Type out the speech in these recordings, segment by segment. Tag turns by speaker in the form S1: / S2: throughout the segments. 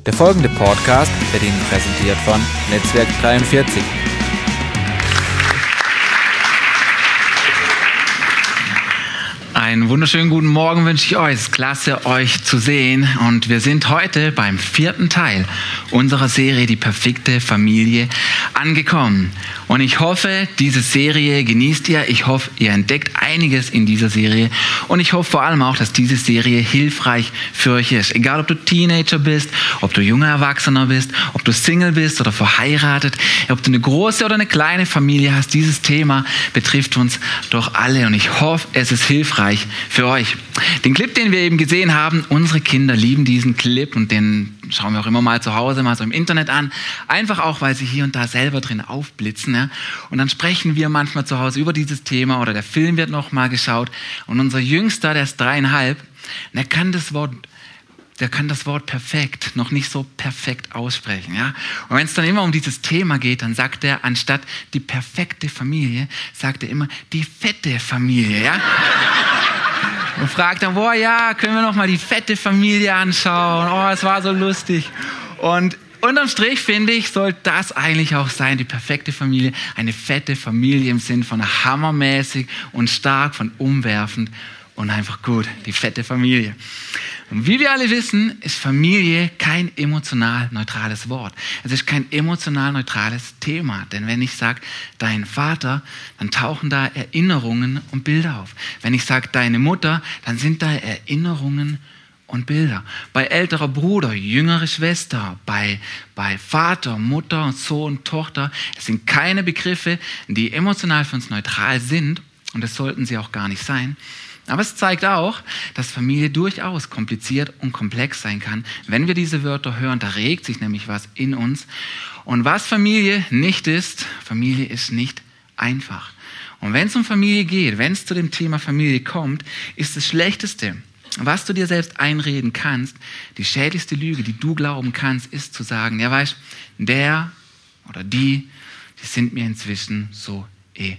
S1: Der folgende Podcast wird Ihnen präsentiert von Netzwerk 43.
S2: Einen wunderschönen guten Morgen wünsche ich euch. Es ist klasse, euch zu sehen. Und wir sind heute beim 4. Teil unserer Serie Die perfekte Familie angekommen. Und ich hoffe, diese Serie genießt ihr. Ich hoffe, ihr entdeckt einiges in dieser Serie. Und ich hoffe vor allem auch, dass diese Serie hilfreich für euch ist. Egal, ob du Teenager bist, ob du junger Erwachsener bist, ob du Single bist oder verheiratet, ob du eine große oder eine kleine Familie hast. Dieses Thema betrifft uns doch alle. Und ich hoffe, es ist hilfreich für euch. Den Clip, den wir eben gesehen haben, unsere Kinder lieben diesen Clip und den schauen wir auch immer mal zu Hause, mal so im Internet an. Einfach auch, weil sie hier und da selber drin aufblitzen. Ja? Und dann sprechen wir manchmal zu Hause über dieses Thema oder der Film wird noch mal geschaut. Und unser Jüngster, der ist 3,5, der kann das Wort perfekt noch nicht so perfekt aussprechen. Ja? Und wenn es dann immer um dieses Thema geht, dann sagt er, anstatt die perfekte Familie, sagt er immer die fette Familie. Ja? Und fragt dann, können wir noch mal die fette Familie anschauen? Oh, es war so lustig. Und unterm Strich, finde ich, soll das eigentlich auch sein, die perfekte Familie. Eine fette Familie im Sinn von hammermäßig und stark, von umwerfend und einfach gut. Die fette Familie. Und wie wir alle wissen, ist Familie kein emotional neutrales Wort. Es ist kein emotional neutrales Thema. Denn wenn ich sage, dein Vater, dann tauchen da Erinnerungen und Bilder auf. Wenn ich sage, deine Mutter, dann sind da Erinnerungen und Bilder. Bei älterer Bruder, jüngere Schwester, bei Vater, Mutter, Sohn, Tochter, es sind keine Begriffe, die emotional für uns neutral sind. Und das sollten sie auch gar nicht sein. Aber es zeigt auch, dass Familie durchaus kompliziert und komplex sein kann. Wenn wir diese Wörter hören, da regt sich nämlich was in uns. Und was Familie nicht ist nicht einfach. Und wenn es um Familie geht, wenn es zu dem Thema Familie kommt, ist das Schlechteste, was du dir selbst einreden kannst, die schädlichste Lüge, die du glauben kannst, ist zu sagen, ja weißt, der oder die sind mir inzwischen so egal.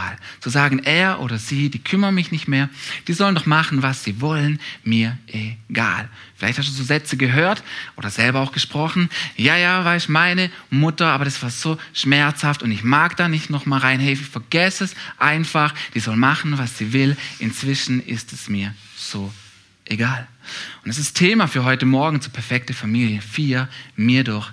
S2: Zu sagen, er oder sie, die kümmern mich nicht mehr, die sollen doch machen, was sie wollen, mir egal. Vielleicht hast du so Sätze gehört oder selber auch gesprochen. Ja, weißt, meine Mutter, aber das war so schmerzhaft und ich mag da nicht noch mal rein. Hey, vergess es einfach, die soll machen, was sie will. Inzwischen ist es mir so egal. Und das ist Thema für heute Morgen zur perfekte Familie 4, mir doch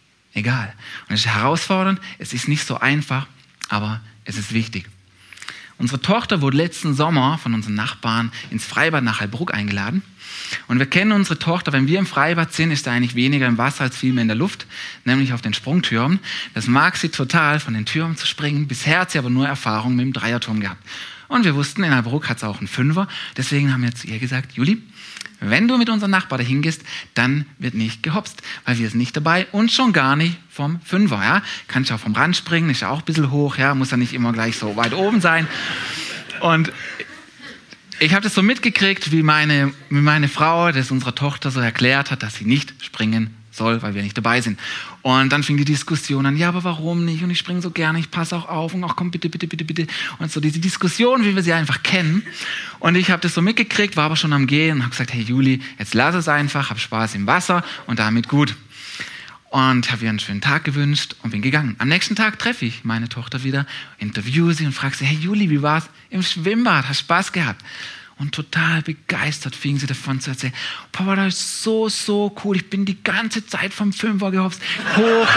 S2: egal. Und es ist herausfordernd, es ist nicht so einfach, aber es ist wichtig. Unsere Tochter wurde letzten Sommer von unseren Nachbarn ins Freibad nach Heilbronn eingeladen. Und wir kennen unsere Tochter, wenn wir im Freibad sind, ist da eigentlich weniger im Wasser als vielmehr in der Luft, nämlich auf den Sprungtürmen. Das mag sie total, von den Türmen zu springen. Bisher hat sie aber nur Erfahrung mit dem Dreierturm gehabt. Und wir wussten, in Heilbronn hat es auch einen Fünfer. Deswegen haben wir zu ihr gesagt, Juli, wenn du mit unserem Nachbar dahin gehst, dann wird nicht gehopst, weil wir sind nicht dabei und schon gar nicht vom Fünfer. Ja? Kannst du auch vom Rand springen, ist ja auch ein bisschen hoch, ja? Muss ja nicht immer gleich so weit oben sein. Und ich habe das so mitgekriegt, wie meine Frau, das unserer Tochter so erklärt hat, dass sie nicht springen soll, weil wir nicht dabei sind. Und dann fing die Diskussion an, ja, aber warum nicht? Und ich springe so gerne, ich passe auch auf und ach komm, bitte. Und so diese Diskussion, wie wir sie einfach kennen. Und ich habe das so mitgekriegt, war aber schon am Gehen und habe gesagt, hey Juli, jetzt lass es einfach, hab Spaß im Wasser und damit gut. Und habe ihr einen schönen Tag gewünscht und bin gegangen. Am nächsten Tag treffe ich meine Tochter wieder, interviewe sie und frage sie, hey Juli, wie war's im Schwimmbad? Hast Spaß gehabt? Und total begeistert fing sie davon zu erzählen, Papa, das ist so cool, ich bin die ganze Zeit vom Fünfer gehopst, hoch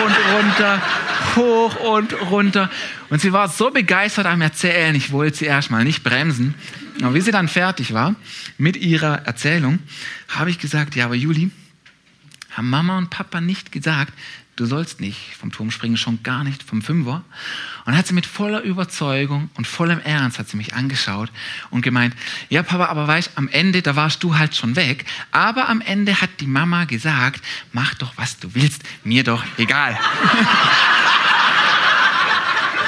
S2: und runter. Und sie war so begeistert am Erzählen, ich wollte sie erstmal nicht bremsen. Aber wie sie dann fertig war mit ihrer Erzählung, habe ich gesagt, ja, aber Juli, haben Mama und Papa nicht gesagt, du sollst nicht vom Turm springen, schon gar nicht vom Fünfer. Und dann hat sie mit voller Überzeugung und vollem Ernst hat sie mich angeschaut und gemeint, ja Papa, aber weißt, am Ende, da warst du halt schon weg, aber am Ende hat die Mama gesagt, mach doch, was du willst, mir doch egal.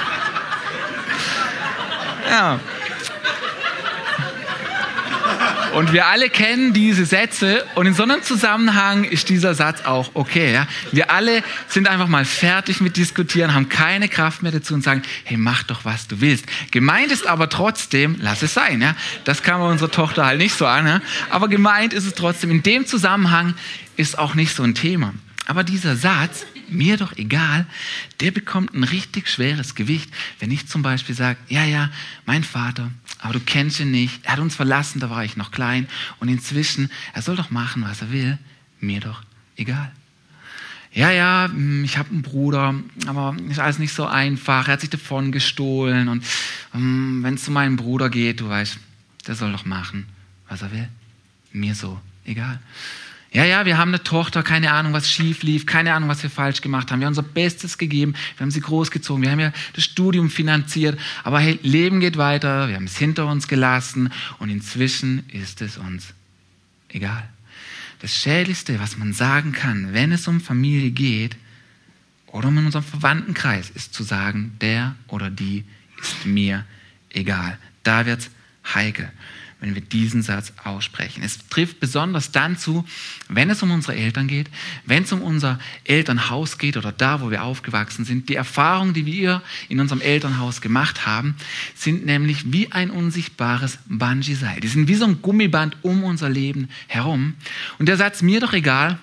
S2: Ja. Und wir alle kennen diese Sätze und in so einem Zusammenhang ist dieser Satz auch okay. Ja? Wir alle sind einfach mal fertig mit Diskutieren, haben keine Kraft mehr dazu und sagen, hey, mach doch, was du willst. Gemeint ist aber trotzdem, lass es sein. Ja? Das kann man unserer Tochter halt nicht so an. Ja? Aber gemeint ist es trotzdem, in dem Zusammenhang ist auch nicht so ein Thema. Aber dieser Satz, mir doch egal, der bekommt ein richtig schweres Gewicht, wenn ich zum Beispiel sage, ja, mein Vater, aber du kennst ihn nicht, er hat uns verlassen, da war ich noch klein und inzwischen, er soll doch machen, was er will, mir doch egal. Ja, ich habe einen Bruder, aber ist alles nicht so einfach, er hat sich davon gestohlen und wenn es zu meinem Bruder geht, du weißt, der soll doch machen, was er will, mir so egal. Ja, wir haben eine Tochter, keine Ahnung, was schief lief, keine Ahnung, was wir falsch gemacht haben. Wir haben unser Bestes gegeben, wir haben sie großgezogen, wir haben ja das Studium finanziert, aber hey, Leben geht weiter, wir haben es hinter uns gelassen und inzwischen ist es uns egal. Das Schädlichste, was man sagen kann, wenn es um Familie geht oder um unseren Verwandtenkreis, ist zu sagen, der oder die ist mir egal. Da wird's heikel, wenn wir diesen Satz aussprechen. Es trifft besonders dann zu, wenn es um unsere Eltern geht, wenn es um unser Elternhaus geht oder da, wo wir aufgewachsen sind. Die Erfahrungen, die wir in unserem Elternhaus gemacht haben, sind nämlich wie ein unsichtbares Bungee-Seil. Die sind wie so ein Gummiband um unser Leben herum. Und der Satz, mir doch egal,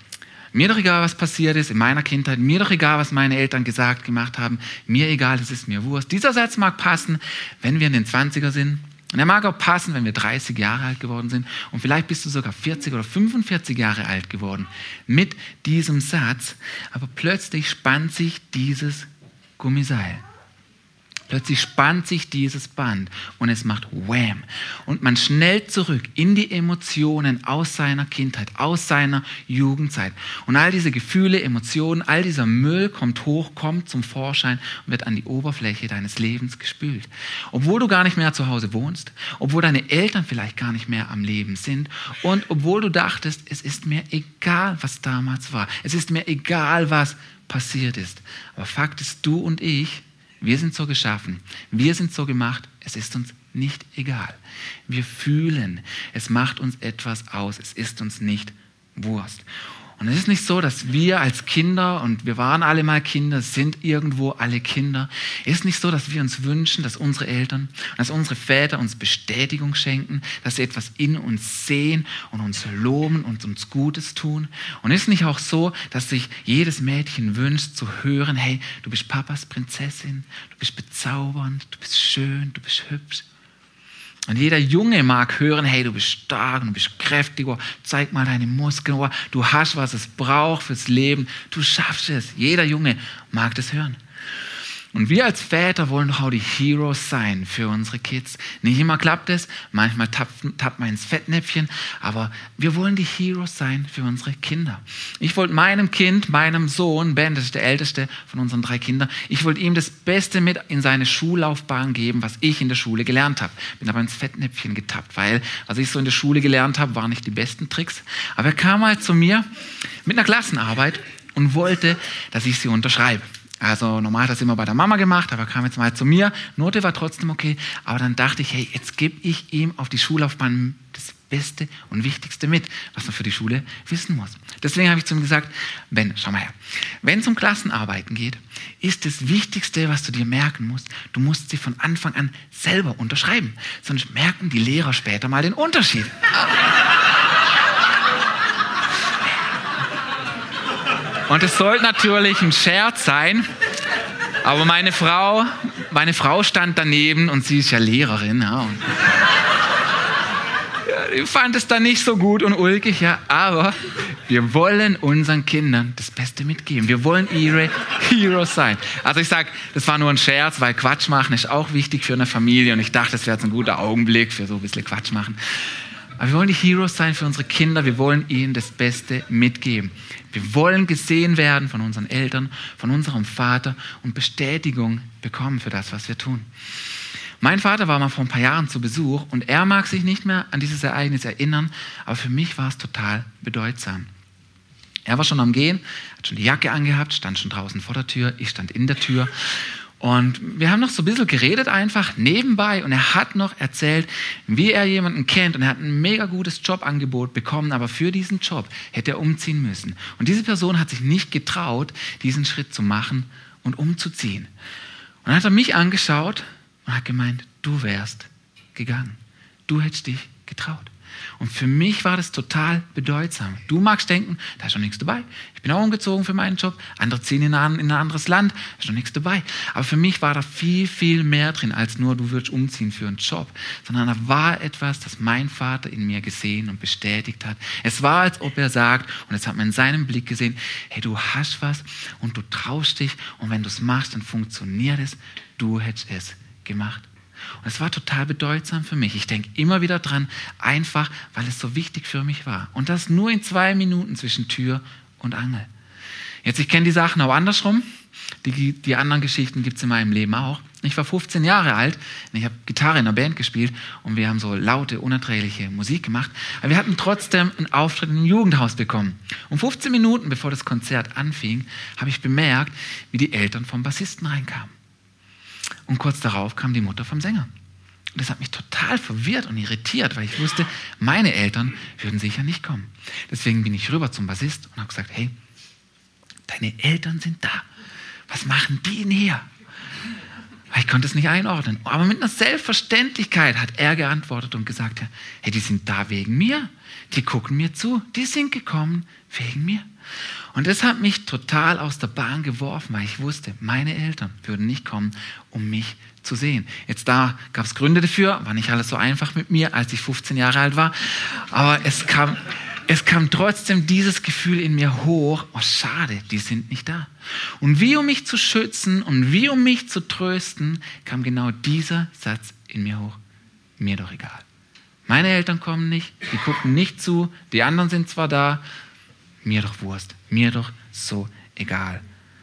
S2: was passiert ist in meiner Kindheit, mir doch egal, was meine Eltern gesagt, gemacht haben, mir egal, es ist mir Wurst. Dieser Satz mag passen, wenn wir in den 20er sind. Und er mag auch passen, wenn wir 30 Jahre alt geworden sind und vielleicht bist du sogar 40 oder 45 Jahre alt geworden mit diesem Satz. Aber plötzlich spannt sich dieses Gummiseil. Plötzlich spannt sich dieses Band und es macht Wham. Und man schnellt zurück in die Emotionen aus seiner Kindheit, aus seiner Jugendzeit. Und all diese Gefühle, Emotionen, all dieser Müll kommt hoch, kommt zum Vorschein und wird an die Oberfläche deines Lebens gespült. Obwohl du gar nicht mehr zu Hause wohnst, obwohl deine Eltern vielleicht gar nicht mehr am Leben sind und obwohl du dachtest, es ist mir egal, was damals war. Es ist mir egal, was passiert ist. Aber Fakt ist, du und ich, wir sind so geschaffen, wir sind so gemacht, es ist uns nicht egal. Wir fühlen, es macht uns etwas aus, es ist uns nicht Wurst. Und es ist nicht so, dass wir als Kinder, und wir waren alle mal Kinder, sind irgendwo alle Kinder, es ist nicht so, dass wir uns wünschen, dass unsere Eltern, dass unsere Väter uns Bestätigung schenken, dass sie etwas in uns sehen und uns loben und uns Gutes tun. Und es ist nicht auch so, dass sich jedes Mädchen wünscht zu hören, hey, du bist Papas Prinzessin, du bist bezaubernd, du bist schön, du bist hübsch. Und jeder Junge mag hören, hey, du bist stark, du bist kräftiger, zeig mal deine Muskeln, du hast, was es braucht fürs Leben, du schaffst es. Jeder Junge mag das hören. Und wir als Väter wollen doch auch die Heroes sein für unsere Kids. Nicht immer klappt es, manchmal tappt man ins Fettnäpfchen, aber wir wollen die Heroes sein für unsere Kinder. Ich wollte meinem Kind, meinem Sohn, Ben, das ist der älteste von unseren 3 Kindern, ich wollte ihm das Beste mit in seine Schullaufbahn geben, was ich in der Schule gelernt habe. Bin aber ins Fettnäpfchen getappt, weil was ich so in der Schule gelernt habe, waren nicht die besten Tricks. Aber er kam mal zu mir mit einer Klassenarbeit und wollte, dass ich sie unterschreibe. Also normal hat das immer bei der Mama gemacht, aber kam jetzt mal zu mir. Note war trotzdem okay, aber dann dachte ich, hey, jetzt gebe ich ihm auf die Schullaufbahn das Beste und Wichtigste mit, was man für die Schule wissen muss. Deswegen habe ich zu ihm gesagt, Ben, schau mal her, wenn es um Klassenarbeiten geht, ist das Wichtigste, was du dir merken musst, du musst sie von Anfang an selber unterschreiben, sonst merken die Lehrer später mal den Unterschied. Und es sollte natürlich ein Scherz sein, aber meine Frau stand daneben und sie ist ja Lehrerin. Ja, und ich fand es dann nicht so gut und ulkig, ja, aber wir wollen unseren Kindern das Beste mitgeben. Wir wollen ihre Heroes sein. Also ich sage, das war nur ein Scherz, weil Quatsch machen ist auch wichtig für eine Familie und ich dachte, das wäre jetzt ein guter Augenblick für so ein bisschen Quatsch machen. Aber wir wollen die Heroes sein für unsere Kinder, wir wollen ihnen das Beste mitgeben. Wir wollen gesehen werden von unseren Eltern, von unserem Vater und Bestätigung bekommen für das, was wir tun. Mein Vater war mal vor ein paar Jahren zu Besuch und er mag sich nicht mehr an dieses Ereignis erinnern, aber für mich war es total bedeutsam. Er war schon am Gehen, hat schon die Jacke angehabt, stand schon draußen vor der Tür, ich stand in der Tür Und wir haben noch so ein bisschen geredet einfach nebenbei und er hat noch erzählt, wie er jemanden kennt und er hat ein mega gutes Jobangebot bekommen, aber für diesen Job hätte er umziehen müssen. Und diese Person hat sich nicht getraut, diesen Schritt zu machen und umzuziehen. Und dann hat er mich angeschaut und hat gemeint, du wärst gegangen. Du hättest dich getraut. Und für mich war das total bedeutsam. Du magst denken, da ist doch nichts dabei. Ich bin auch umgezogen für meinen Job. Andere ziehen in ein anderes Land, da ist doch nichts dabei. Aber für mich war da viel, viel mehr drin, als nur du würdest umziehen für einen Job. Sondern da war etwas, das mein Vater in mir gesehen und bestätigt hat. Es war, als ob er sagt, und das hat man in seinem Blick gesehen, hey, du hast was und du traust dich und wenn du es machst, dann funktioniert es. Du hättest es gemacht. Und es war total bedeutsam für mich. Ich denke immer wieder dran, einfach, weil es so wichtig für mich war. Und das nur in 2 Minuten zwischen Tür und Angel. Jetzt, ich kenne die Sachen auch andersrum. Die anderen Geschichten gibt es in meinem Leben auch. Ich war 15 Jahre alt und ich habe Gitarre in einer Band gespielt und wir haben so laute, unerträgliche Musik gemacht. Aber wir hatten trotzdem einen Auftritt im Jugendhaus bekommen. Und 15 Minuten bevor das Konzert anfing, habe ich bemerkt, wie die Eltern vom Bassisten reinkamen. Und kurz darauf kam die Mutter vom Sänger. Und das hat mich total verwirrt und irritiert, weil ich wusste, meine Eltern würden sicher nicht kommen. Deswegen bin ich rüber zum Bassist und habe gesagt, hey, deine Eltern sind da. Was machen die denn hier? Ich konnte es nicht einordnen. Aber mit einer Selbstverständlichkeit hat er geantwortet und gesagt, hey, die sind da wegen mir. Die gucken mir zu. Die sind gekommen wegen mir. Und das hat mich total aus der Bahn geworfen, weil ich wusste, meine Eltern würden nicht kommen, um mich zu sehen. Jetzt da gab es Gründe dafür, war nicht alles so einfach mit mir, als ich 15 Jahre alt war. Aber es kam trotzdem dieses Gefühl in mir hoch, oh schade, die sind nicht da. Und wie um mich zu schützen und wie um mich zu trösten, kam genau dieser Satz in mir hoch, mir doch egal. Meine Eltern kommen nicht, die gucken nicht zu, die anderen sind zwar da, mir doch Wurst, mir doch so egal.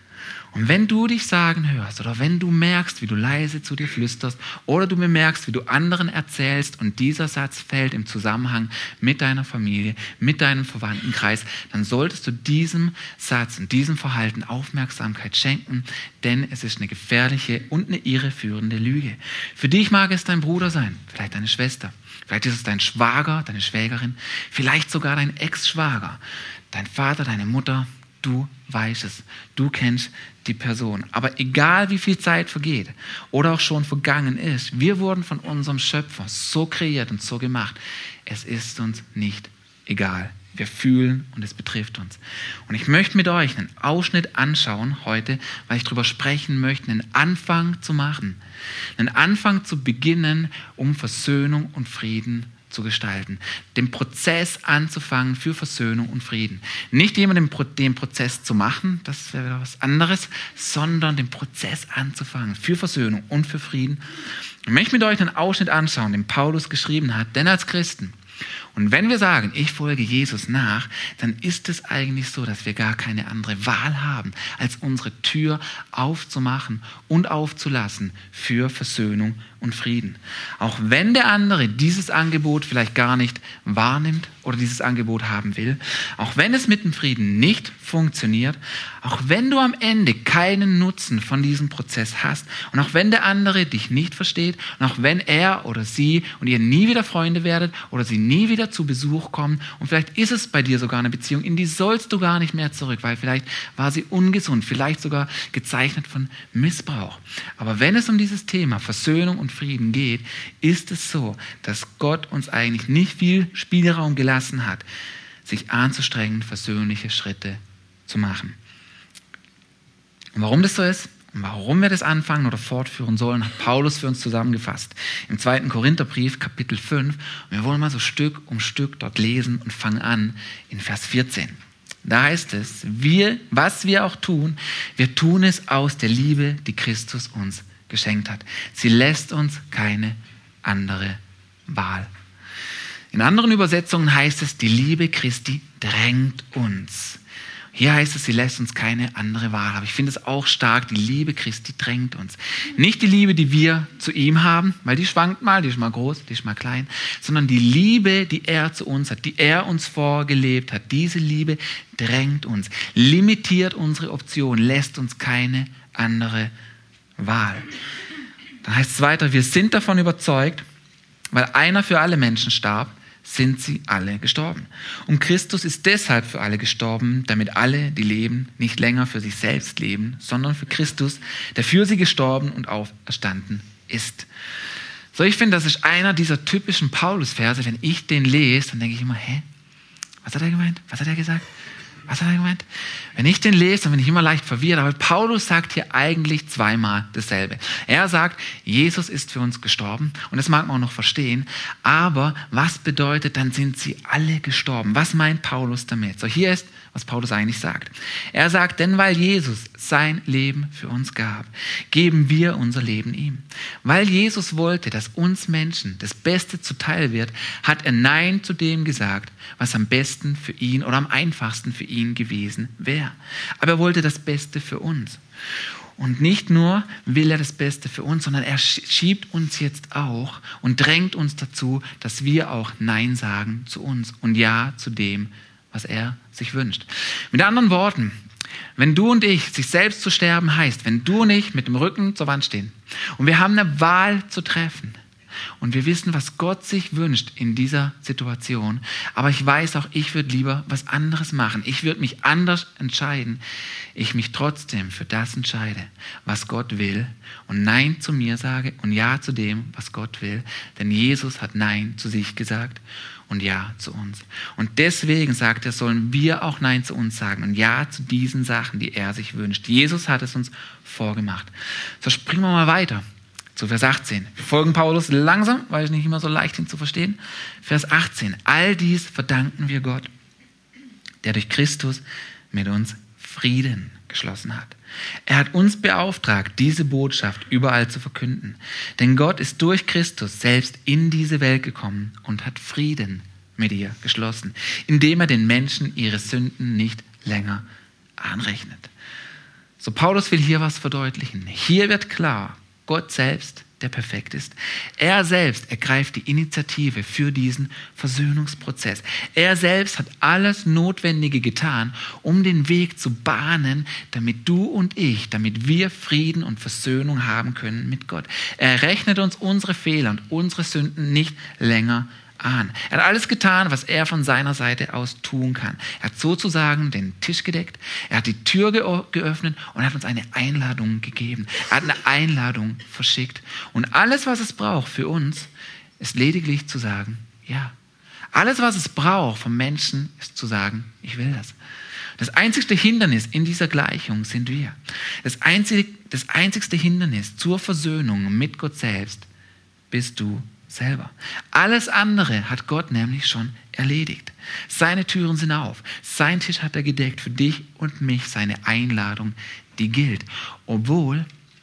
S2: Und wenn du dich sagen hörst oder wenn du merkst, wie du leise zu dir flüsterst oder du bemerkst, wie du anderen erzählst und dieser Satz fällt im Zusammenhang mit deiner Familie, mit deinem Verwandtenkreis, dann solltest du diesem Satz und diesem Verhalten Aufmerksamkeit schenken, denn es ist eine gefährliche und eine irreführende Lüge. Für dich mag es dein Bruder sein, vielleicht deine Schwester, vielleicht ist es dein Schwager, deine Schwägerin, vielleicht sogar dein Ex-Schwager, dein Vater, deine Mutter. Du weißt es, du kennst die Person. Aber egal wie viel Zeit vergeht oder auch schon vergangen ist, wir wurden von unserem Schöpfer so kreiert und so gemacht. Es ist uns nicht egal. Wir fühlen und es betrifft uns. Und ich möchte mit euch einen Ausschnitt anschauen heute, weil ich darüber sprechen möchte, einen Anfang zu machen. Einen Anfang zu beginnen, um Versöhnung und Frieden zu gestalten, den Prozess anzufangen für Versöhnung und Frieden. Nicht jemandem den Prozess zu machen, das wäre wieder was anderes, sondern den Prozess anzufangen für Versöhnung und für Frieden. Ich möchte mit euch einen Ausschnitt anschauen, den Paulus geschrieben hat, denn als Christen, und wenn wir sagen, ich folge Jesus nach, dann ist es eigentlich so, dass wir gar keine andere Wahl haben, als unsere Tür aufzumachen und aufzulassen für Versöhnung und Frieden. Auch wenn der andere dieses Angebot vielleicht gar nicht wahrnimmt oder dieses Angebot haben will, auch wenn es mit dem Frieden nicht funktioniert, auch wenn du am Ende keinen Nutzen von diesem Prozess hast und auch wenn der andere dich nicht versteht und auch wenn er oder sie und ihr nie wieder Freunde werdet oder sie nie wieder zu Besuch kommen und vielleicht ist es bei dir sogar eine Beziehung, in die sollst du gar nicht mehr zurück, weil vielleicht war sie ungesund, vielleicht sogar gezeichnet von Missbrauch. Aber wenn es um dieses Thema Versöhnung und Frieden geht, ist es so, dass Gott uns eigentlich nicht viel Spielraum gelassen hat, sich anzustrengen, versöhnliche Schritte zu machen. Und warum das so ist und warum wir das anfangen oder fortführen sollen, hat Paulus für uns zusammengefasst. Im 2. Korintherbrief, Kapitel 5. Und wir wollen mal so Stück um Stück dort lesen und fangen an in Vers 14. Da heißt es, was wir auch tun, wir tun es aus der Liebe, die Christus uns geschenkt hat. Sie lässt uns keine andere Wahl. In anderen Übersetzungen heißt es, die Liebe Christi drängt uns. Hier heißt es, sie lässt uns keine andere Wahl. Aber ich finde es auch stark, die Liebe Christi drängt uns. Nicht die Liebe, die wir zu ihm haben, weil die schwankt mal, die ist mal groß, die ist mal klein, sondern die Liebe, die er zu uns hat, die er uns vorgelebt hat. Diese Liebe drängt uns, limitiert unsere Option, lässt uns keine andere Wahl. Dann heißt es weiter, wir sind davon überzeugt, weil einer für alle Menschen starb, sind sie alle gestorben. Und Christus ist deshalb für alle gestorben, damit alle, die leben, nicht länger für sich selbst leben, sondern für Christus, der für sie gestorben und auferstanden ist. So, ich finde, das ist einer dieser typischen Paulus-Verse. Wenn ich den lese, dann denke ich immer, was hat er gemeint? Was hat er gesagt? Was hat er gemeint? Wenn ich den lese, dann bin ich immer leicht verwirrt. Aber Paulus sagt hier eigentlich zweimal dasselbe. Er sagt, Jesus ist für uns gestorben. Und das mag man auch noch verstehen. Aber was bedeutet, dann sind sie alle gestorben? Was meint Paulus damit? So, hier ist, was Paulus eigentlich sagt. Er sagt, denn weil Jesus sein Leben für uns gab, geben wir unser Leben ihm. Weil Jesus wollte, dass uns Menschen das Beste zuteil wird, hat er Nein zu dem gesagt, was am besten für ihn oder am einfachsten für ihn gewesen wäre. Aber er wollte das Beste für uns. Und nicht nur will er das Beste für uns, sondern er schiebt uns jetzt auch und drängt uns dazu, dass wir auch Nein sagen zu uns und Ja zu dem, was er sich wünscht. Mit anderen Worten, wenn du und ich, sich selbst zu sterben heißt, wenn du und ich mit dem Rücken zur Wand stehen und wir haben eine Wahl zu treffen und wir wissen, was Gott sich wünscht in dieser Situation, aber ich weiß auch, ich würde lieber was anderes machen, ich würde mich anders entscheiden, ich mich trotzdem für das entscheide, was Gott will und Nein zu mir sage und Ja zu dem, was Gott will, denn Jesus hat Nein zu sich gesagt und Ja zu uns. Und deswegen sagt er, sollen wir auch Nein zu uns sagen und Ja zu diesen Sachen, die er sich wünscht. Jesus hat es uns vorgemacht. So, springen wir mal weiter zu Vers 18. Wir folgen Paulus langsam, weil es nicht immer so leicht ist zu verstehen. Vers 18. All dies verdanken wir Gott, der durch Christus mit uns Frieden geschlossen hat. Er hat uns beauftragt, diese Botschaft überall zu verkünden. Denn Gott ist durch Christus selbst in diese Welt gekommen und hat Frieden mit ihr geschlossen, indem er den Menschen ihre Sünden nicht länger anrechnet. So, Paulus will hier was verdeutlichen. Hier wird klar, Gott selbst, der perfekt ist. Er selbst ergreift die Initiative für diesen Versöhnungsprozess. Er selbst hat alles Notwendige getan, um den Weg zu bahnen, damit du und ich, damit wir Frieden und Versöhnung haben können mit Gott. Er rechnet uns unsere Fehler und unsere Sünden nicht länger an. Er hat alles getan, was er von seiner Seite aus tun kann. Er hat sozusagen den Tisch gedeckt, er hat die Tür geöffnet und hat uns eine Einladung gegeben. Er hat eine Einladung verschickt. Und alles, was es braucht für uns, ist lediglich zu sagen, ja. Alles, was es braucht vom Menschen, ist zu sagen, ich will das. Das einzigste Hindernis in dieser Gleichung sind wir. Das einzigste Hindernis zur Versöhnung mit Gott selbst bist du selber. Alles andere hat Gott nämlich schon erledigt. Seine Türen sind auf. Sein Tisch hat er gedeckt für dich und mich. Seine Einladung, die gilt. Obwohl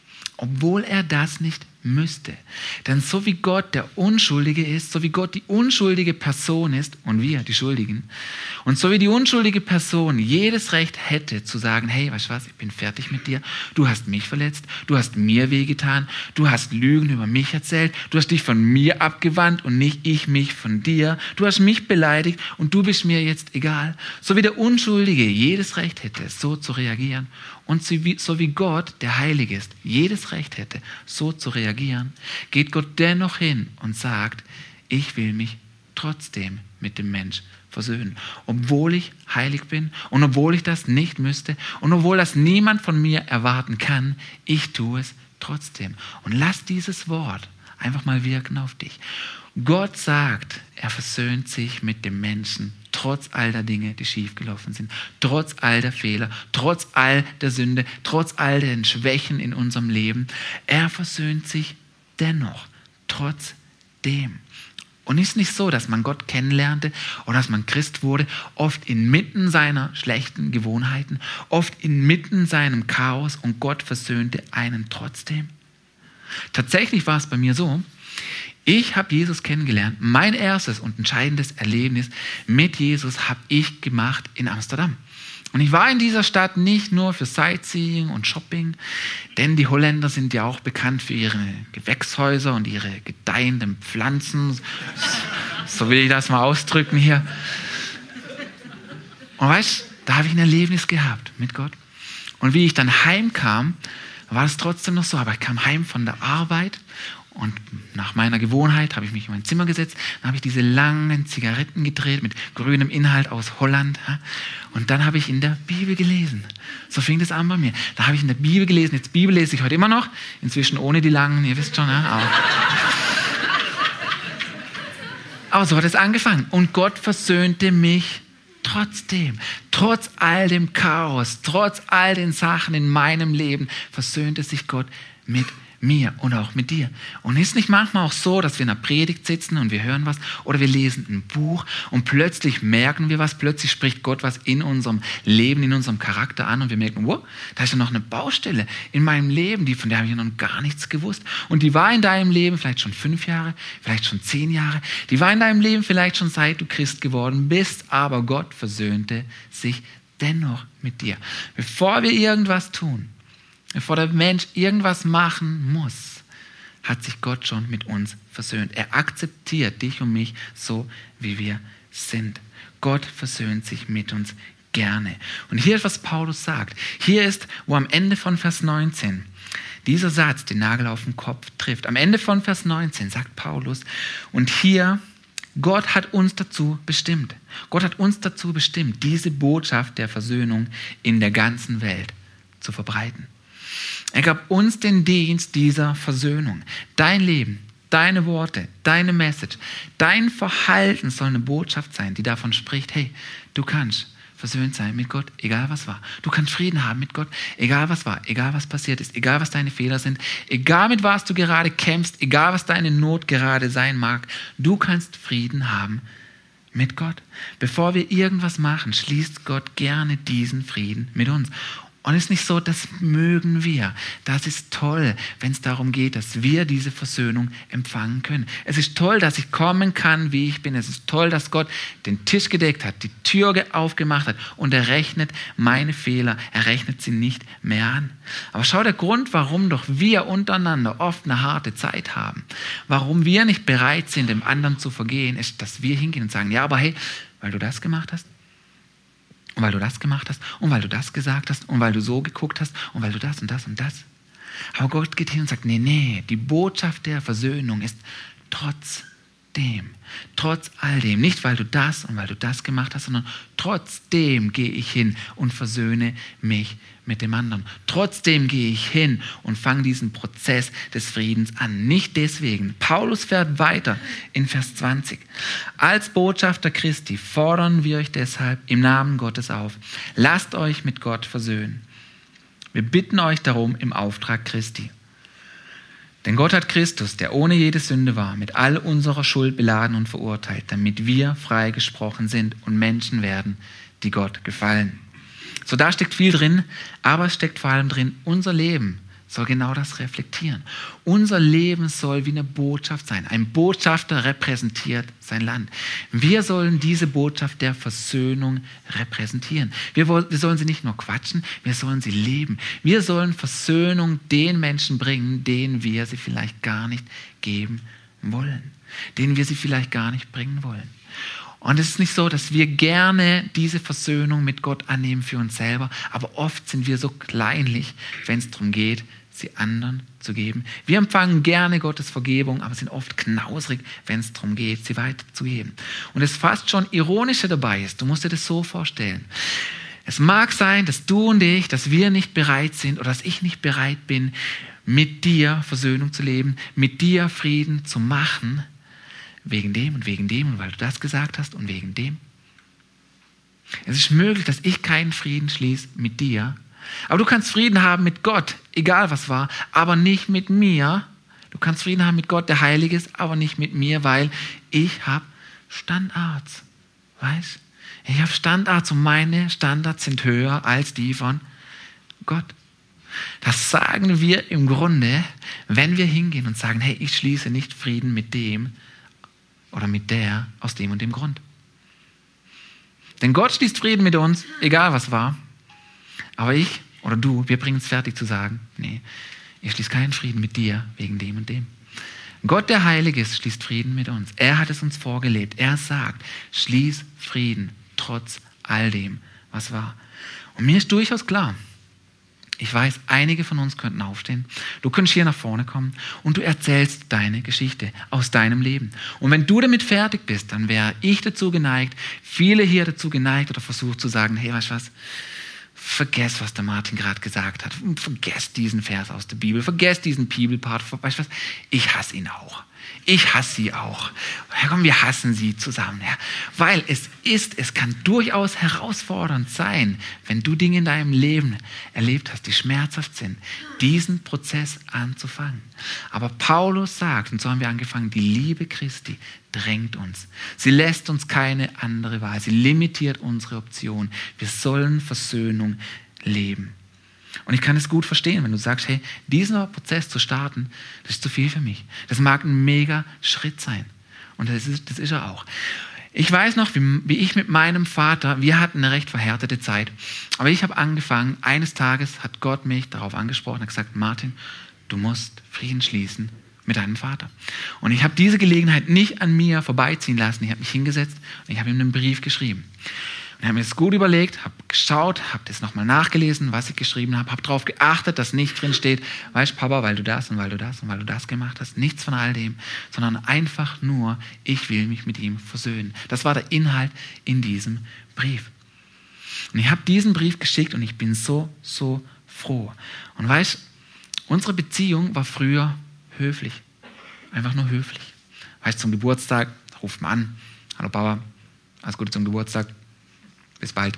S2: er das nicht müsste. Denn so wie Gott der Unschuldige ist, so wie Gott die unschuldige Person ist und wir die Schuldigen, und so wie die unschuldige Person jedes Recht hätte zu sagen, hey, weißt du was, ich bin fertig mit dir, du hast mich verletzt, du hast mir wehgetan, du hast Lügen über mich erzählt, du hast dich von mir abgewandt und nicht ich mich von dir, du hast mich beleidigt und du bist mir jetzt egal. So wie der Unschuldige jedes Recht hätte, so zu reagieren und so wie Gott, der heilig ist, jedes Recht hätte, so zu reagieren, geht Gott dennoch hin und sagt, ich will mich trotzdem mit dem Mensch versöhnen. Obwohl ich heilig bin und obwohl ich das nicht müsste und obwohl das niemand von mir erwarten kann, ich tue es trotzdem. Und lass dieses Wort einfach mal wirken auf dich. Gott sagt, er versöhnt sich mit dem Menschen, trotz all der Dinge, die schiefgelaufen sind, trotz all der Fehler, trotz all der Sünde, trotz all den Schwächen in unserem Leben. Er versöhnt sich dennoch, trotzdem. Und ist nicht so, dass man Gott kennenlernte oder dass man Christ wurde, oft inmitten seiner schlechten Gewohnheiten, oft inmitten seinem Chaos und Gott versöhnte einen trotzdem. Tatsächlich war es bei mir so, ich habe Jesus kennengelernt. Mein erstes und entscheidendes Erlebnis mit Jesus habe ich gemacht in Amsterdam. Und ich war in dieser Stadt nicht nur für Sightseeing und Shopping, denn die Holländer sind ja auch bekannt für ihre Gewächshäuser und ihre gedeihenden Pflanzen. So will ich das mal ausdrücken hier. Und weißt, da habe ich ein Erlebnis gehabt mit Gott. Und wie ich dann heimkam, war es trotzdem noch so. Aber ich kam heim von der Arbeit und nach meiner Gewohnheit habe ich mich in mein Zimmer gesetzt. Dann habe ich diese langen Zigaretten gedreht mit grünem Inhalt aus Holland. Und dann habe ich in der Bibel gelesen. So fing das an bei mir. Da habe ich in der Bibel gelesen. Jetzt Bibel lese ich heute immer noch. Inzwischen ohne die langen, ihr wisst schon. Aber so hat es angefangen. Und Gott versöhnte mich trotzdem. Trotz all dem Chaos, trotz all den Sachen in meinem Leben, versöhnte sich Gott mit mir und auch mit dir. Und ist nicht manchmal auch so, dass wir in einer Predigt sitzen und wir hören was oder wir lesen ein Buch und plötzlich merken wir was, plötzlich spricht Gott was in unserem Leben, in unserem Charakter an und wir merken, wow, da ist ja noch eine Baustelle in meinem Leben, von der habe ich ja noch gar nichts gewusst. Und die war in deinem Leben vielleicht schon 5 Jahre, vielleicht schon 10 Jahre, die war in deinem Leben vielleicht schon seit du Christ geworden bist, aber Gott versöhnte sich dennoch mit dir. Bevor wir irgendwas tun, bevor der Mensch irgendwas machen muss, hat sich Gott schon mit uns versöhnt. Er akzeptiert dich und mich so, wie wir sind. Gott versöhnt sich mit uns gerne. Und hier ist, was Paulus sagt. Hier ist, wo am Ende von Vers 19 dieser Satz den Nagel auf den Kopf trifft. Am Ende von Vers 19 sagt Paulus, und hier, Gott hat uns dazu bestimmt. Gott hat uns dazu bestimmt, diese Botschaft der Versöhnung in der ganzen Welt zu verbreiten. Er gab uns den Dienst dieser Versöhnung. Dein Leben, deine Worte, deine Message, dein Verhalten soll eine Botschaft sein, die davon spricht, hey, du kannst versöhnt sein mit Gott, egal was war. Du kannst Frieden haben mit Gott, egal was war, egal was passiert ist, egal was deine Fehler sind, egal mit was du gerade kämpfst, egal was deine Not gerade sein mag. Du kannst Frieden haben mit Gott. Bevor wir irgendwas machen, schließt Gott gerne diesen Frieden mit uns. Und es ist nicht so, das mögen wir. Das ist toll, wenn es darum geht, dass wir diese Versöhnung empfangen können. Es ist toll, dass ich kommen kann, wie ich bin. Es ist toll, dass Gott den Tisch gedeckt hat, die Tür aufgemacht hat und er rechnet meine Fehler, er rechnet sie nicht mehr an. Aber schau, der Grund, warum doch wir untereinander oft eine harte Zeit haben, warum wir nicht bereit sind, dem anderen zu vergehen, ist, dass wir hingehen und sagen, ja, aber hey, weil du das gemacht hast, und weil du das gemacht hast und weil du das gesagt hast und weil du so geguckt hast und weil du das und das und das. Aber Gott geht hin und sagt, nee, die Botschaft der Versöhnung ist trotz all dem, nicht weil du das und weil du das gemacht hast, sondern trotzdem gehe ich hin und versöhne mich mit dem anderen. Trotzdem gehe ich hin und fange diesen Prozess des Friedens an. Nicht deswegen. Paulus fährt weiter in Vers 20. Als Botschafter Christi fordern wir euch deshalb im Namen Gottes auf. Lasst euch mit Gott versöhnen. Wir bitten euch darum im Auftrag Christi. Denn Gott hat Christus, der ohne jede Sünde war, mit all unserer Schuld beladen und verurteilt, damit wir freigesprochen sind und Menschen werden, die Gott gefallen. So, da steckt viel drin, aber es steckt vor allem drin, unser Leben soll genau das reflektieren. Unser Leben soll wie eine Botschaft sein. Ein Botschafter repräsentiert sein Land. Wir sollen diese Botschaft der Versöhnung repräsentieren. Wir sollen sie nicht nur quatschen, wir sollen sie leben. Wir sollen Versöhnung den Menschen bringen, denen wir sie vielleicht gar nicht geben wollen. Denen wir sie vielleicht gar nicht bringen wollen. Und es ist nicht so, dass wir gerne diese Versöhnung mit Gott annehmen für uns selber, aber oft sind wir so kleinlich, wenn es darum geht, sie anderen zu geben. Wir empfangen gerne Gottes Vergebung, aber sind oft knausrig, wenn es darum geht, sie weiterzugeben. Und es fast schon Ironische dabei ist, du musst dir das so vorstellen. Es mag sein, dass du und ich, dass wir nicht bereit sind oder dass ich nicht bereit bin, mit dir Versöhnung zu leben, mit dir Frieden zu machen, wegen dem und weil du das gesagt hast und wegen dem. Es ist möglich, dass ich keinen Frieden schließe mit dir, aber du kannst Frieden haben mit Gott, egal was war, aber nicht mit mir. Du kannst Frieden haben mit Gott, der heilig ist, aber nicht mit mir, weil ich habe Standards. Weißt? Ich habe Standards und meine Standards sind höher als die von Gott. Das sagen wir im Grunde, wenn wir hingehen und sagen, hey, ich schließe nicht Frieden mit dem oder mit der aus dem und dem Grund. Denn Gott schließt Frieden mit uns, egal was war. Aber ich oder du, wir bringen es fertig zu sagen, nee, ich schließe keinen Frieden mit dir wegen dem und dem. Gott, der heilig ist, schließt Frieden mit uns. Er hat es uns vorgelebt. Er sagt, schließ Frieden trotz all dem, was war. Und mir ist durchaus klar, Ich weiß, einige von uns könnten aufstehen. Du könntest hier nach vorne kommen und du erzählst deine Geschichte aus deinem Leben. Und wenn du damit fertig bist, dann wäre ich dazu geneigt, viele hier dazu geneigt oder versucht zu sagen, hey, weißt du was? Vergesst, was der Martin gerade gesagt hat. Vergesst diesen Vers aus der Bibel. Vergesst diesen Bibelpart. Weißt du was? Ich hasse ihn auch. Ich hasse sie auch. Ja, komm, wir hassen sie zusammen. Ja. Weil es kann durchaus herausfordernd sein, wenn du Dinge in deinem Leben erlebt hast, die schmerzhaft sind, diesen Prozess anzufangen. Aber Paulus sagt, und so haben wir angefangen, die Liebe Christi drängt uns. Sie lässt uns keine andere Wahl. Sie limitiert unsere Option. Wir sollen Versöhnung leben. Und ich kann es gut verstehen, wenn du sagst, hey, diesen Prozess zu starten, das ist zu viel für mich. Das mag ein mega Schritt sein. Und das ist er auch. Ich weiß noch, wie ich mit meinem Vater, wir hatten eine recht verhärtete Zeit. Aber ich habe angefangen, eines Tages hat Gott mich darauf angesprochen und gesagt, Martin, du musst Frieden schließen mit deinem Vater. Und ich habe diese Gelegenheit nicht an mir vorbeiziehen lassen. Ich habe mich hingesetzt und ich habe ihm einen Brief geschrieben. Ich habe mir das gut überlegt, habe geschaut, habe das nochmal nachgelesen, was ich geschrieben habe darauf geachtet, dass nicht drin steht, weißt Papa, weil du das und weil du das und weil du das gemacht hast, nichts von all dem, sondern einfach nur, ich will mich mit ihm versöhnen. Das war der Inhalt in diesem Brief. Und ich habe diesen Brief geschickt und ich bin so froh. Und weißt, unsere Beziehung war früher höflich, einfach nur höflich. Weißt, zum Geburtstag ruft man an, hallo Papa, alles Gute zum Geburtstag. Bis bald.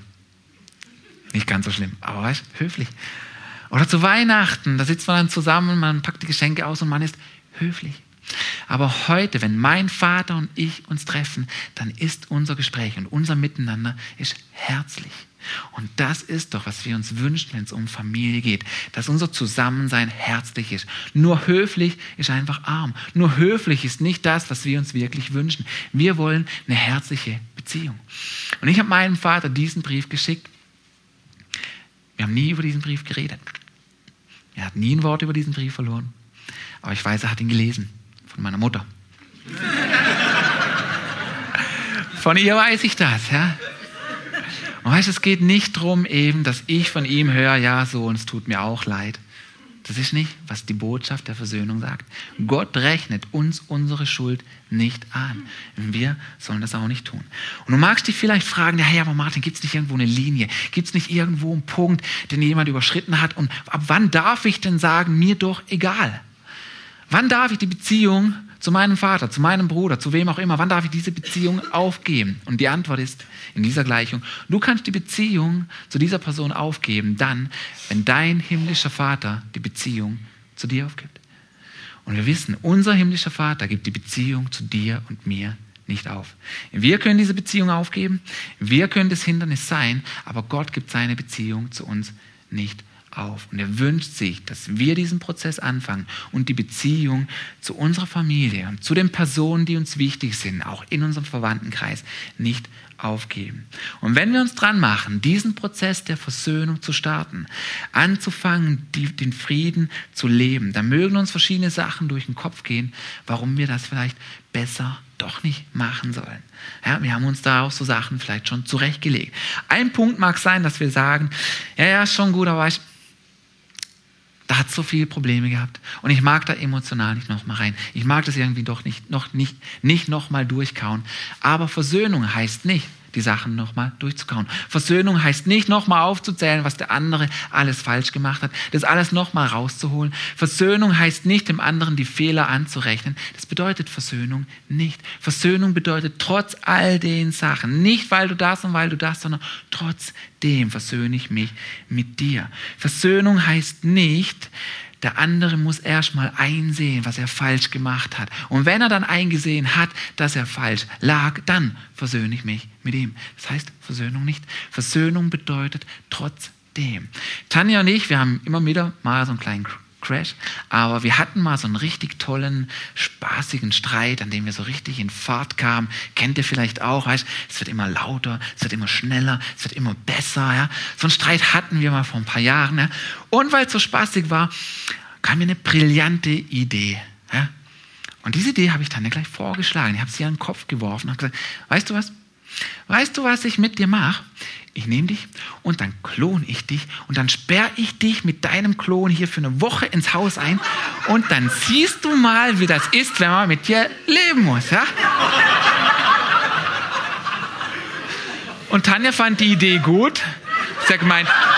S2: Nicht ganz so schlimm, aber weißt, höflich. Oder zu Weihnachten, da sitzt man dann zusammen, man packt die Geschenke aus und man ist höflich. Aber heute, wenn mein Vater und ich uns treffen, dann ist unser Gespräch und unser Miteinander ist herzlich. Und das ist doch, was wir uns wünschen, wenn es um Familie geht, dass unser Zusammensein herzlich ist. Nur höflich ist einfach arm. Nur höflich ist nicht das, was wir uns wirklich wünschen. Wir wollen eine herzliche Beziehung. Und ich habe meinem Vater diesen Brief geschickt. Wir haben nie über diesen Brief geredet. Er hat nie ein Wort über diesen Brief verloren. Aber ich weiß, er hat ihn gelesen. Von meiner Mutter. Von ihr weiß ich das, ja. Und weißt, es geht nicht darum eben, dass ich von ihm höre, ja so, und es tut mir auch leid. Das ist nicht, was die Botschaft der Versöhnung sagt. Gott rechnet uns unsere Schuld nicht an. Wir sollen das auch nicht tun. Und du magst dich vielleicht fragen, ja, aber Martin, gibt es nicht irgendwo eine Linie? Gibt es nicht irgendwo einen Punkt, den jemand überschritten hat? Und ab wann darf ich denn sagen, mir doch egal? Wann darf ich die Beziehung zu meinem Vater, zu meinem Bruder, zu wem auch immer, wann darf ich diese Beziehung aufgeben? Und die Antwort ist in dieser Gleichung, du kannst die Beziehung zu dieser Person aufgeben, dann, wenn dein himmlischer Vater die Beziehung zu dir aufgibt. Und wir wissen, unser himmlischer Vater gibt die Beziehung zu dir und mir nicht auf. Wir können diese Beziehung aufgeben, wir können das Hindernis sein, aber Gott gibt seine Beziehung zu uns nicht auf. Und er wünscht sich, dass wir diesen Prozess anfangen und die Beziehung zu unserer Familie und zu den Personen, die uns wichtig sind, auch in unserem Verwandtenkreis, nicht aufgeben. Und wenn wir uns dran machen, diesen Prozess der Versöhnung zu starten, anzufangen, den Frieden zu leben, dann mögen uns verschiedene Sachen durch den Kopf gehen, warum wir das vielleicht besser doch nicht machen sollen. Ja, wir haben uns da auch so Sachen vielleicht schon zurechtgelegt. Ein Punkt mag sein, dass wir sagen, ja, ist schon gut, aber da hat so viele Probleme gehabt und ich mag da emotional nicht nochmal rein. Ich mag das irgendwie doch nicht nochmal durchkauen. Aber Versöhnung heißt nicht, die Sachen nochmal durchzukauen. Versöhnung heißt nicht nochmal aufzuzählen, was der andere alles falsch gemacht hat, das alles nochmal rauszuholen. Versöhnung heißt nicht, dem anderen die Fehler anzurechnen. Das bedeutet Versöhnung nicht. Versöhnung bedeutet trotz all den Sachen, nicht weil du das und weil du das, sondern trotzdem versöhne ich mich mit dir. Versöhnung heißt nicht, der andere muss erstmal einsehen, was er falsch gemacht hat. Und wenn er dann eingesehen hat, dass er falsch lag, dann versöhne ich mich mit ihm. Das heißt Versöhnung nicht. Versöhnung bedeutet trotzdem. Tanja und ich, wir haben immer wieder mal so einen kleinen Crash, aber wir hatten mal so einen richtig tollen, spaßigen Streit, an dem wir so richtig in Fahrt kamen. Kennt ihr vielleicht auch, weißt, es wird immer lauter, es wird immer schneller, es wird immer besser. Ja? So einen Streit hatten wir mal vor ein paar Jahren. Ja? Und weil es so spaßig war, kam mir eine brillante Idee. Ja? Und diese Idee habe ich dann gleich vorgeschlagen. Ich habe sie an den Kopf geworfen und habe gesagt, weißt du was? weißt du, was ich mit dir mache? Ich nehme dich und dann klone ich dich und dann sperre ich dich mit deinem Klon hier für eine Woche ins Haus ein und dann siehst du mal, wie das ist, wenn man mit dir leben muss. Ja? Und Tanja fand die Idee gut. Sie hat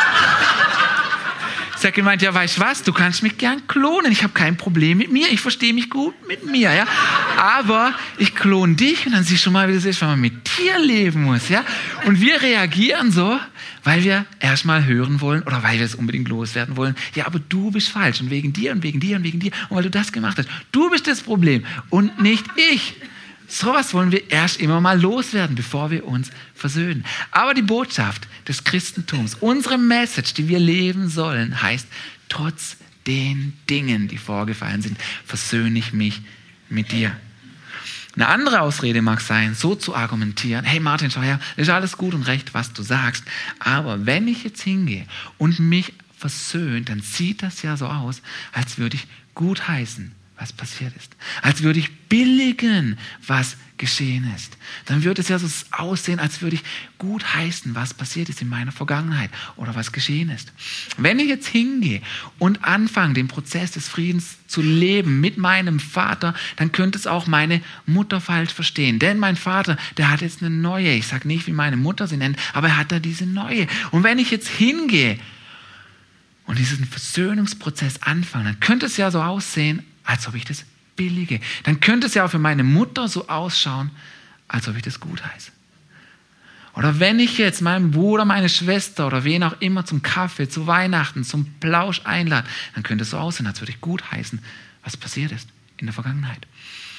S2: gemeint, ja, weißt du was, du kannst mich gern klonen. Ich habe kein Problem mit mir. Ich verstehe mich gut mit mir. Ja? Aber ich klone dich und dann siehst du mal, wie das ist, wenn man mit dir leben muss. Ja? Und wir reagieren so, weil wir erstmal hören wollen oder weil wir es unbedingt loswerden wollen. Ja, aber du bist falsch und wegen dir und wegen dir und wegen dir. Und weil du das gemacht hast. Du bist das Problem und nicht ich. Sowas wollen wir erst immer mal loswerden, bevor wir uns versöhnen. Aber die Botschaft des Christentums, unsere Message, die wir leben sollen, heißt, trotz den Dingen, die vorgefallen sind, versöhne ich mich mit dir. Eine andere Ausrede mag sein, so zu argumentieren, hey Martin, schau her, ist alles gut und recht, was du sagst, aber wenn ich jetzt hingehe und mich versöhne, dann sieht das ja so aus, als würde ich gutheißen, was passiert ist. Als würde ich billigen, was geschehen ist. Dann würde es ja so aussehen, als würde ich gutheißen, was passiert ist in meiner Vergangenheit oder was geschehen ist. Wenn ich jetzt hingehe und anfange, den Prozess des Friedens zu leben mit meinem Vater, dann könnte es auch meine Mutter falsch verstehen. Denn mein Vater, der hat jetzt eine neue, ich sage nicht, wie meine Mutter sie nennt, aber er hat da diese neue. Und wenn ich jetzt hingehe und diesen Versöhnungsprozess anfange, dann könnte es ja so aussehen, als ob ich das billige. Dann könnte es ja auch für meine Mutter so ausschauen, als ob ich das gut heiße. Oder wenn ich jetzt meinen Bruder, meine Schwester oder wen auch immer zum Kaffee, zu Weihnachten, zum Plausch einlade, dann könnte es so aussehen, als würde ich gut heißen, was passiert ist in der Vergangenheit.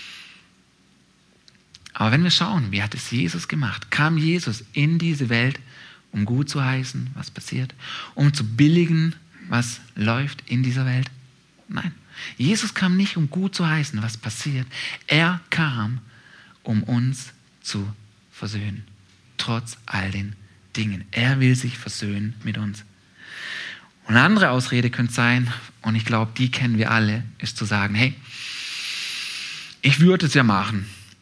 S2: Aber wenn wir schauen, wie hat es Jesus gemacht? Kam Jesus in diese Welt, um gut zu heißen, was passiert? Um zu billigen, was läuft in dieser Welt? Nein. Jesus kam nicht, um gut zu heißen, was passiert. Er kam, um uns zu versöhnen. Trotz all den Dingen. Er will sich versöhnen mit uns. Und eine andere Ausrede könnte sein, und ich glaube, die kennen wir alle, ist zu sagen, hey, ich würde es ja machen,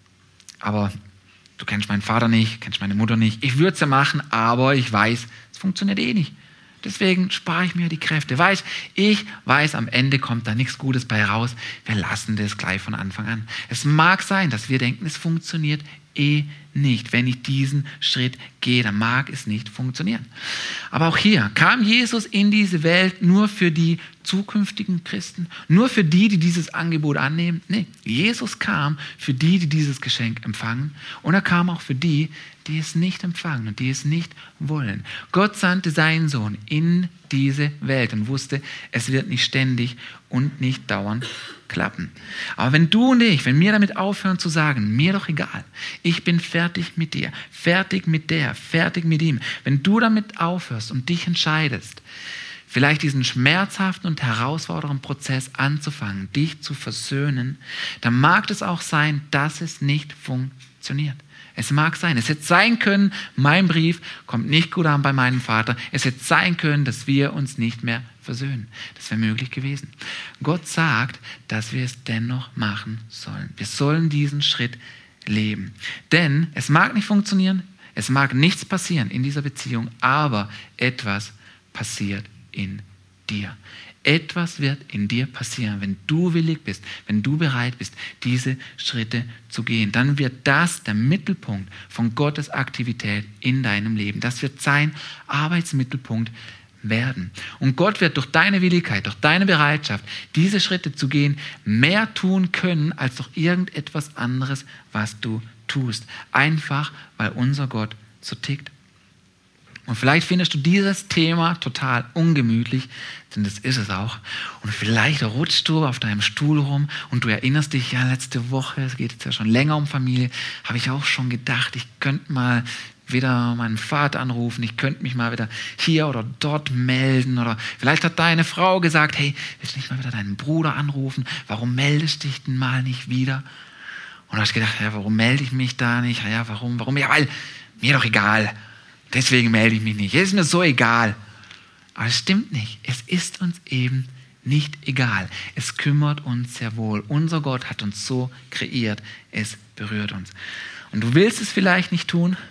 S2: aber du kennst meinen Vater nicht, kennst meine Mutter nicht. Ich würde es ja machen, aber ich weiß, es funktioniert eh nicht. Deswegen spare ich mir die Kräfte. Ich weiß, am Ende kommt da nichts Gutes bei raus. Wir lassen das gleich von Anfang an. Es mag sein, dass wir denken, es funktioniert eh nicht. Wenn ich diesen Schritt gehe, dann mag es nicht funktionieren. Aber auch hier kam Jesus in diese Welt nur für die zukünftigen Christen, nur für die, die dieses Angebot annehmen. Nee, Jesus kam für die, die dieses Geschenk empfangen. Und er kam auch für die, die es nicht empfangen und die es nicht wollen. Gott sandte seinen Sohn in diese Welt und wusste, es wird nicht ständig und nicht dauernd klappen. Aber wenn du und ich, wenn wir damit aufhören zu sagen, mir doch egal, ich bin fertig mit dir, fertig mit der, fertig mit ihm, wenn du damit aufhörst und dich entscheidest, vielleicht diesen schmerzhaften und herausfordernden Prozess anzufangen, dich zu versöhnen, dann mag es auch sein, dass es nicht funktioniert. Es mag sein, es hätte sein können, mein Brief kommt nicht gut an bei meinem Vater. Es hätte sein können, dass wir uns nicht mehr versöhnen. Das wäre möglich gewesen. Gott sagt, dass wir es dennoch machen sollen. Wir sollen diesen Schritt leben. Denn es mag nicht funktionieren, es mag nichts passieren in dieser Beziehung, aber etwas passiert in dir. Etwas wird in dir passieren, wenn du willig bist, wenn du bereit bist, diese Schritte zu gehen. Dann wird das der Mittelpunkt von Gottes Aktivität in deinem Leben. Das wird sein Arbeitsmittelpunkt werden. Und Gott wird durch deine Willigkeit, durch deine Bereitschaft, diese Schritte zu gehen, mehr tun können, als durch irgendetwas anderes, was du tust. Einfach, weil unser Gott so tickt. Und vielleicht findest du dieses Thema total ungemütlich, denn das ist es auch. Und vielleicht rutschst du auf deinem Stuhl rum und du erinnerst dich, ja, letzte Woche, es geht jetzt ja schon länger um Familie, habe ich auch schon gedacht, ich könnte mal wieder meinen Vater anrufen, ich könnte mich mal wieder hier oder dort melden. Oder vielleicht hat deine Frau gesagt, hey, willst du nicht mal wieder deinen Bruder anrufen? Warum meldest du dich denn mal nicht wieder? Und da habe ich gedacht, ja, warum melde ich mich da nicht? Ja, warum? Ja, weil mir doch egal. Deswegen melde ich mich nicht. Es ist mir so egal. Aber es stimmt nicht. Es ist uns eben nicht egal. Es kümmert uns sehr wohl. Unser Gott hat uns so kreiert. Es berührt uns. Und du willst es vielleicht nicht tun,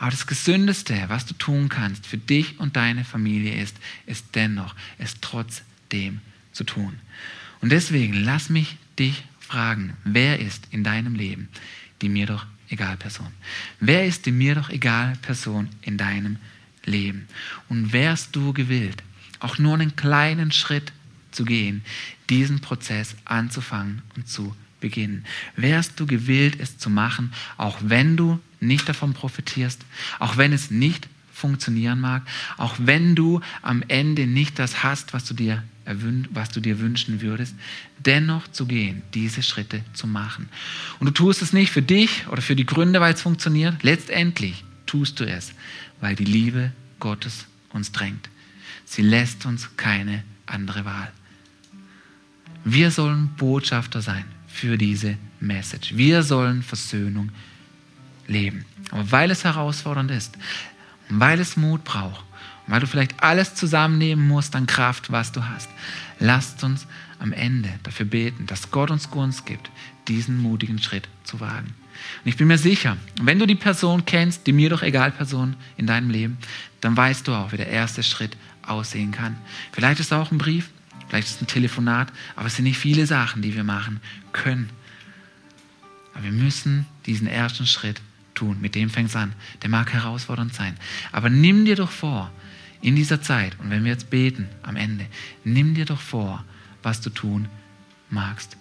S2: Aber das Gesündeste, was du tun kannst für dich und deine Familie ist dennoch, es trotzdem zu tun. Und deswegen lass mich dich fragen, wer ist in deinem Leben die mir doch egal Person? Wer ist die mir doch egal Person in deinem Leben? Und wärst du gewillt, auch nur einen kleinen Schritt zu gehen, diesen Prozess anzufangen und zu beginnen? Wärst du gewillt, es zu machen, auch wenn du nicht davon profitierst, auch wenn es nicht funktionieren mag, auch wenn du am Ende nicht das hast, was du dir wünschen würdest, dennoch zu gehen, diese Schritte zu machen. Und du tust es nicht für dich oder für die Gründe, weil es funktioniert. Letztendlich tust du es, weil die Liebe Gottes uns drängt. Sie lässt uns keine andere Wahl. Wir sollen Botschafter sein für diese Message. Wir sollen Versöhnung leben. Aber weil es herausfordernd ist, weil es Mut braucht, weil du vielleicht alles zusammennehmen musst an Kraft, was du hast, lasst uns am Ende dafür beten, dass Gott uns Gunst gibt, diesen mutigen Schritt zu wagen. Und ich bin mir sicher, wenn du die Person kennst, die mir doch egal Person in deinem Leben, dann weißt du auch, wie der erste Schritt aussehen kann. Vielleicht ist es auch ein Brief, vielleicht ist es ein Telefonat, aber es sind nicht viele Sachen, die wir machen können. Aber wir müssen diesen ersten Schritt tun. Mit dem fängt es an. Der mag herausfordernd sein. Aber nimm dir doch vor, in dieser Zeit, und wenn wir jetzt beten am Ende, nimm dir doch vor, was du tun magst.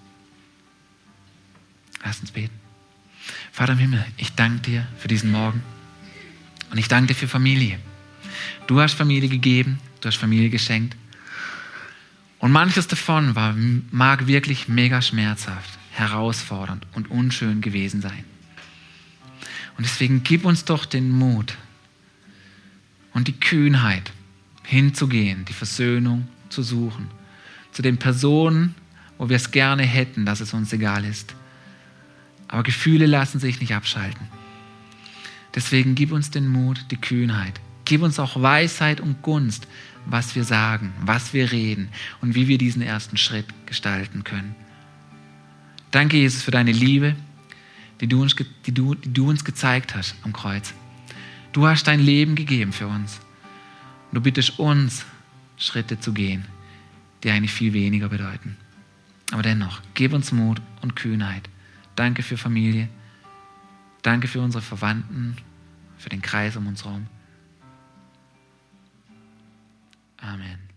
S2: Lass uns beten. Vater im Himmel, ich danke dir für diesen Morgen und ich danke dir für Familie. Du hast Familie gegeben, du hast Familie geschenkt und manches davon mag wirklich mega schmerzhaft, herausfordernd und unschön gewesen sein. Und deswegen gib uns doch den Mut und die Kühnheit, hinzugehen, die Versöhnung zu suchen, zu den Personen, wo wir es gerne hätten, dass es uns egal ist. Aber Gefühle lassen sich nicht abschalten. Deswegen gib uns den Mut, die Kühnheit. Gib uns auch Weisheit und Gunst, was wir sagen, was wir reden und wie wir diesen ersten Schritt gestalten können. Danke, Jesus, für deine Liebe, die du uns gezeigt hast am Kreuz. Du hast dein Leben gegeben für uns. Und du bittest uns, Schritte zu gehen, die eigentlich viel weniger bedeuten. Aber dennoch, gib uns Mut und Kühnheit. Danke für Familie. Danke für unsere Verwandten, für den Kreis um uns herum. Amen.